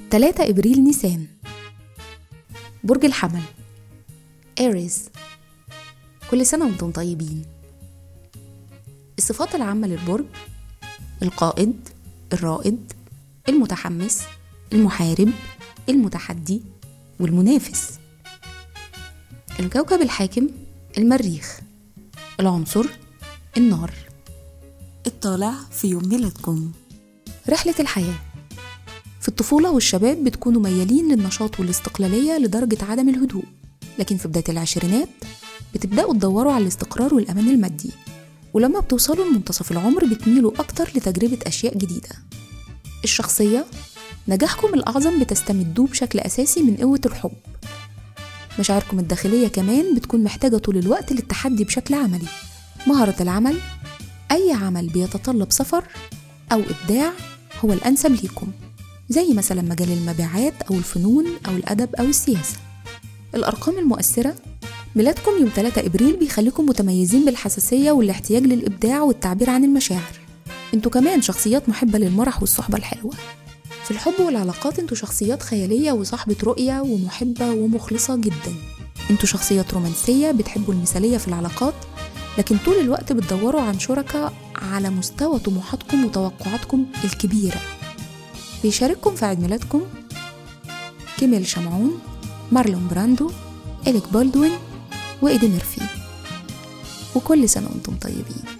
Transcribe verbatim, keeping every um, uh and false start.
ثلاثة إبريل نيسان. برج الحمل إيريز. كل سنة وانتم طيبين. الصفات العامة للبرج: القائد، الرائد، المتحمس، المحارب، المتحدي، والمنافس. الكوكب الحاكم: المريخ. العنصر: النار. الطالع في يوم ميلادكم. رحلة الحياة: في الطفولة والشباب بتكونوا ميالين للنشاط والاستقلالية لدرجة عدم الهدوء، لكن في بداية العشرينات بتبدأوا تدوروا على الاستقرار والأمان المادي، ولما بتوصلوا لمنتصف العمر بتميلوا أكتر لتجربة أشياء جديدة. الشخصية: نجاحكم الأعظم بتستمدوه بشكل أساسي من قوة الحب. مشاعركم الداخلية كمان بتكون محتاجة طول الوقت للتحدي بشكل عملي. مهارة العمل: أي عمل بيتطلب سفر أو إبداع هو الأنسب ليكم، زي مثلا مجال المبيعات أو الفنون أو الأدب أو السياسة. الأرقام المؤثرة: ميلادكم يوم ثلاثة إبريل بيخليكم متميزين بالحساسية والاحتياج للإبداع والتعبير عن المشاعر. انتوا كمان شخصيات محبة للمرح والصحبة الحلوة. في الحب والعلاقات انتوا شخصيات خيالية وصاحبة رؤية ومحبة ومخلصة جدا. انتوا شخصيات رومانسية بتحبوا المثالية في العلاقات، لكن طول الوقت بتدوروا عن شركاء على مستوى طموحاتكم وتوقعاتكم الكبيرة. بيشارككم في عيد ميلادكم كيميل شمعون، مارلون براندو، إليك بالدوين، وإيدي ميرفي. وكل سنة وانتم طيبين.